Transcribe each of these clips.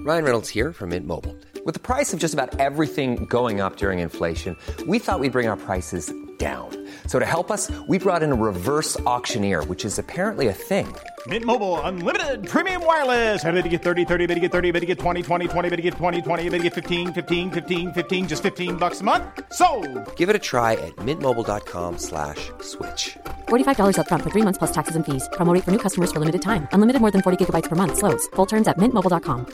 Ryan Reynolds here from Mint Mobile. With the price of just about everything going up during inflation, we thought we'd bring our prices down. So to help us, we brought in a reverse auctioneer, which is apparently a thing. Mint Mobile Unlimited Premium Wireless. How to get 30, 30, bit to get 30, bit to get 20, 20, 20, bit to get 20, 20, bit to get 15, 15, 15, 15, just $15 a month? Sold! Give it a try at mintmobile.com/switch. $45 up front for 3 months plus taxes and fees. Promo rate for new customers for limited time. Unlimited more than 40 gigabytes per month. Slows full terms at mintmobile.com.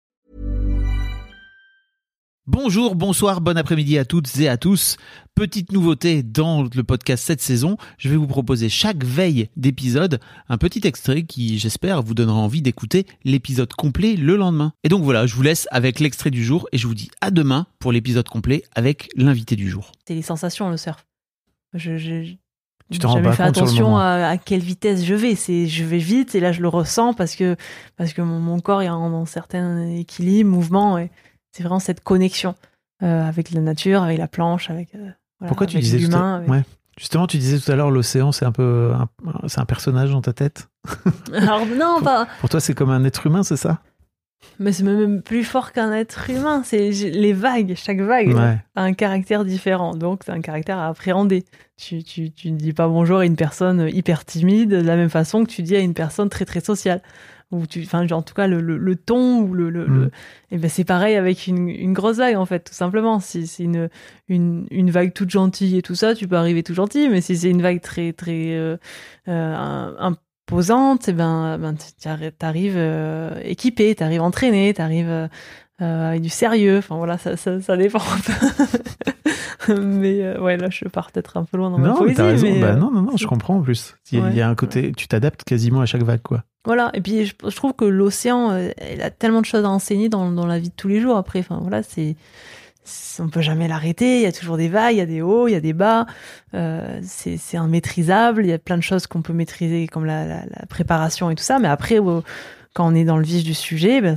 Bonjour, bonsoir, bon après-midi à toutes et à tous. Petite nouveauté dans le podcast cette saison, je vais vous proposer chaque veille d'épisode un petit extrait qui, j'espère, vous donnera envie d'écouter l'épisode complet le lendemain. Et donc voilà, je vous laisse avec l'extrait du jour et je vous dis à demain pour l'épisode complet avec l'invité du jour. C'est les sensations, le surf. Tu t'en rends jamais pas fait compte sur le attention moment. à quelle vitesse je vais. Je vais vite et là je le ressens parce que mon corps est en certain équilibre, mouvement. Et c'est vraiment cette connexion avec la nature, avec la planche, avec Pourquoi tu avec disais l'humain. tout à... ouais. Justement, tu disais tout à l'heure l'océan, c'est un peu c'est un personnage dans ta tête. Alors non, pas. Pour toi, c'est comme un être humain, c'est ça? Mais c'est même plus fort qu'un être humain. C'est les vagues. Chaque vague Ouais. a un caractère différent. Donc, c'est un caractère à appréhender. Tu ne dis pas bonjour à une personne hyper timide de la même façon que tu dis à une personne très, très sociale. Ou en tout cas, le ton ou et ben, c'est pareil avec une grosse vague, en fait, tout simplement. Si c'est une vague toute gentille et tout ça, tu peux arriver tout gentil. Mais si c'est une vague très, très imposante, t'arrives équipé, t'arrives entraîné, t'arrives avec du sérieux. Enfin voilà, ça dépend un peu. Mais ouais, là je pars peut-être un peu loin dans ma Non, mais poésie. t'as raison. Mais, Non, je comprends en plus. Il y a un côté, tu t'adaptes quasiment à chaque vague, quoi. Voilà, et puis je trouve que l'océan, il a tellement de choses à enseigner dans la vie de tous les jours. Après, enfin voilà, on peut jamais l'arrêter. Il y a toujours des vagues, il y a des hauts, il y a des bas. C'est immaîtrisable. Il y a plein de choses qu'on peut maîtriser, comme la préparation et tout ça. Mais après, quand on est dans le vif du sujet, ben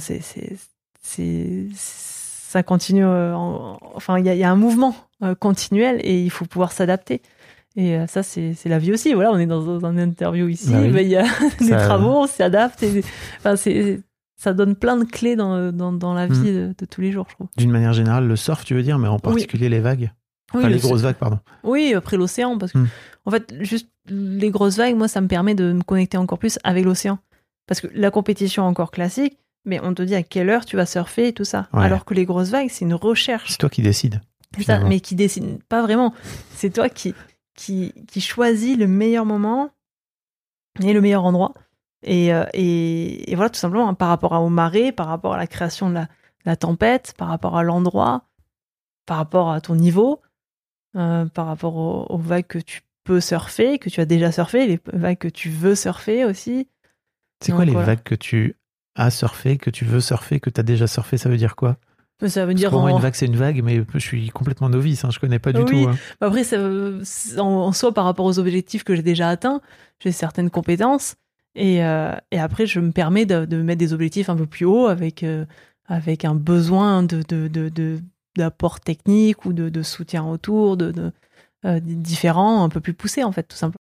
ça continue. Enfin, il y a un mouvement continuel et il faut pouvoir s'adapter. Et ça, c'est la vie aussi. Voilà, on est dans un interview ici. Bah oui. Ben, il y a des travaux, on s'adapte. Ça donne plein de clés dans la vie de tous les jours, je trouve. D'une manière générale, le surf, tu veux dire, mais en particulier les vagues. Enfin, Oui, les grosses vagues, pardon. Oui, après l'océan, parce que en fait, juste les grosses vagues, moi, ça me permet de me connecter encore plus avec l'océan. Parce que la compétition encore classique, mais on te dit à quelle heure tu vas surfer et tout ça. Ouais. Alors que les grosses vagues, c'est une recherche. C'est toi qui décides. C'est ça, mais qui décide pas vraiment. C'est toi qui choisis le meilleur moment et le meilleur endroit. Et voilà, tout simplement, hein, par rapport aux marées, par rapport à la création de la tempête, par rapport à l'endroit, par rapport à ton niveau, par rapport aux vagues que tu peux surfer, que tu as déjà surfé, les vagues que tu veux surfer aussi. C'est quoi les vagues que tu as surfé, que tu veux surfer, que tu as déjà surfé? Ça veut dire quoi? Ça veut Parce dire pour moi, une vague, c'est une vague, mais je suis complètement novice, hein, je connais pas du tout. Hein. Après, en soi, par rapport aux objectifs que j'ai déjà atteints, j'ai certaines compétences. Et après, je me permets de mettre des objectifs un peu plus hauts avec un besoin d'apport technique ou de soutien autour, différents, un peu plus poussés, en fait, tout simplement.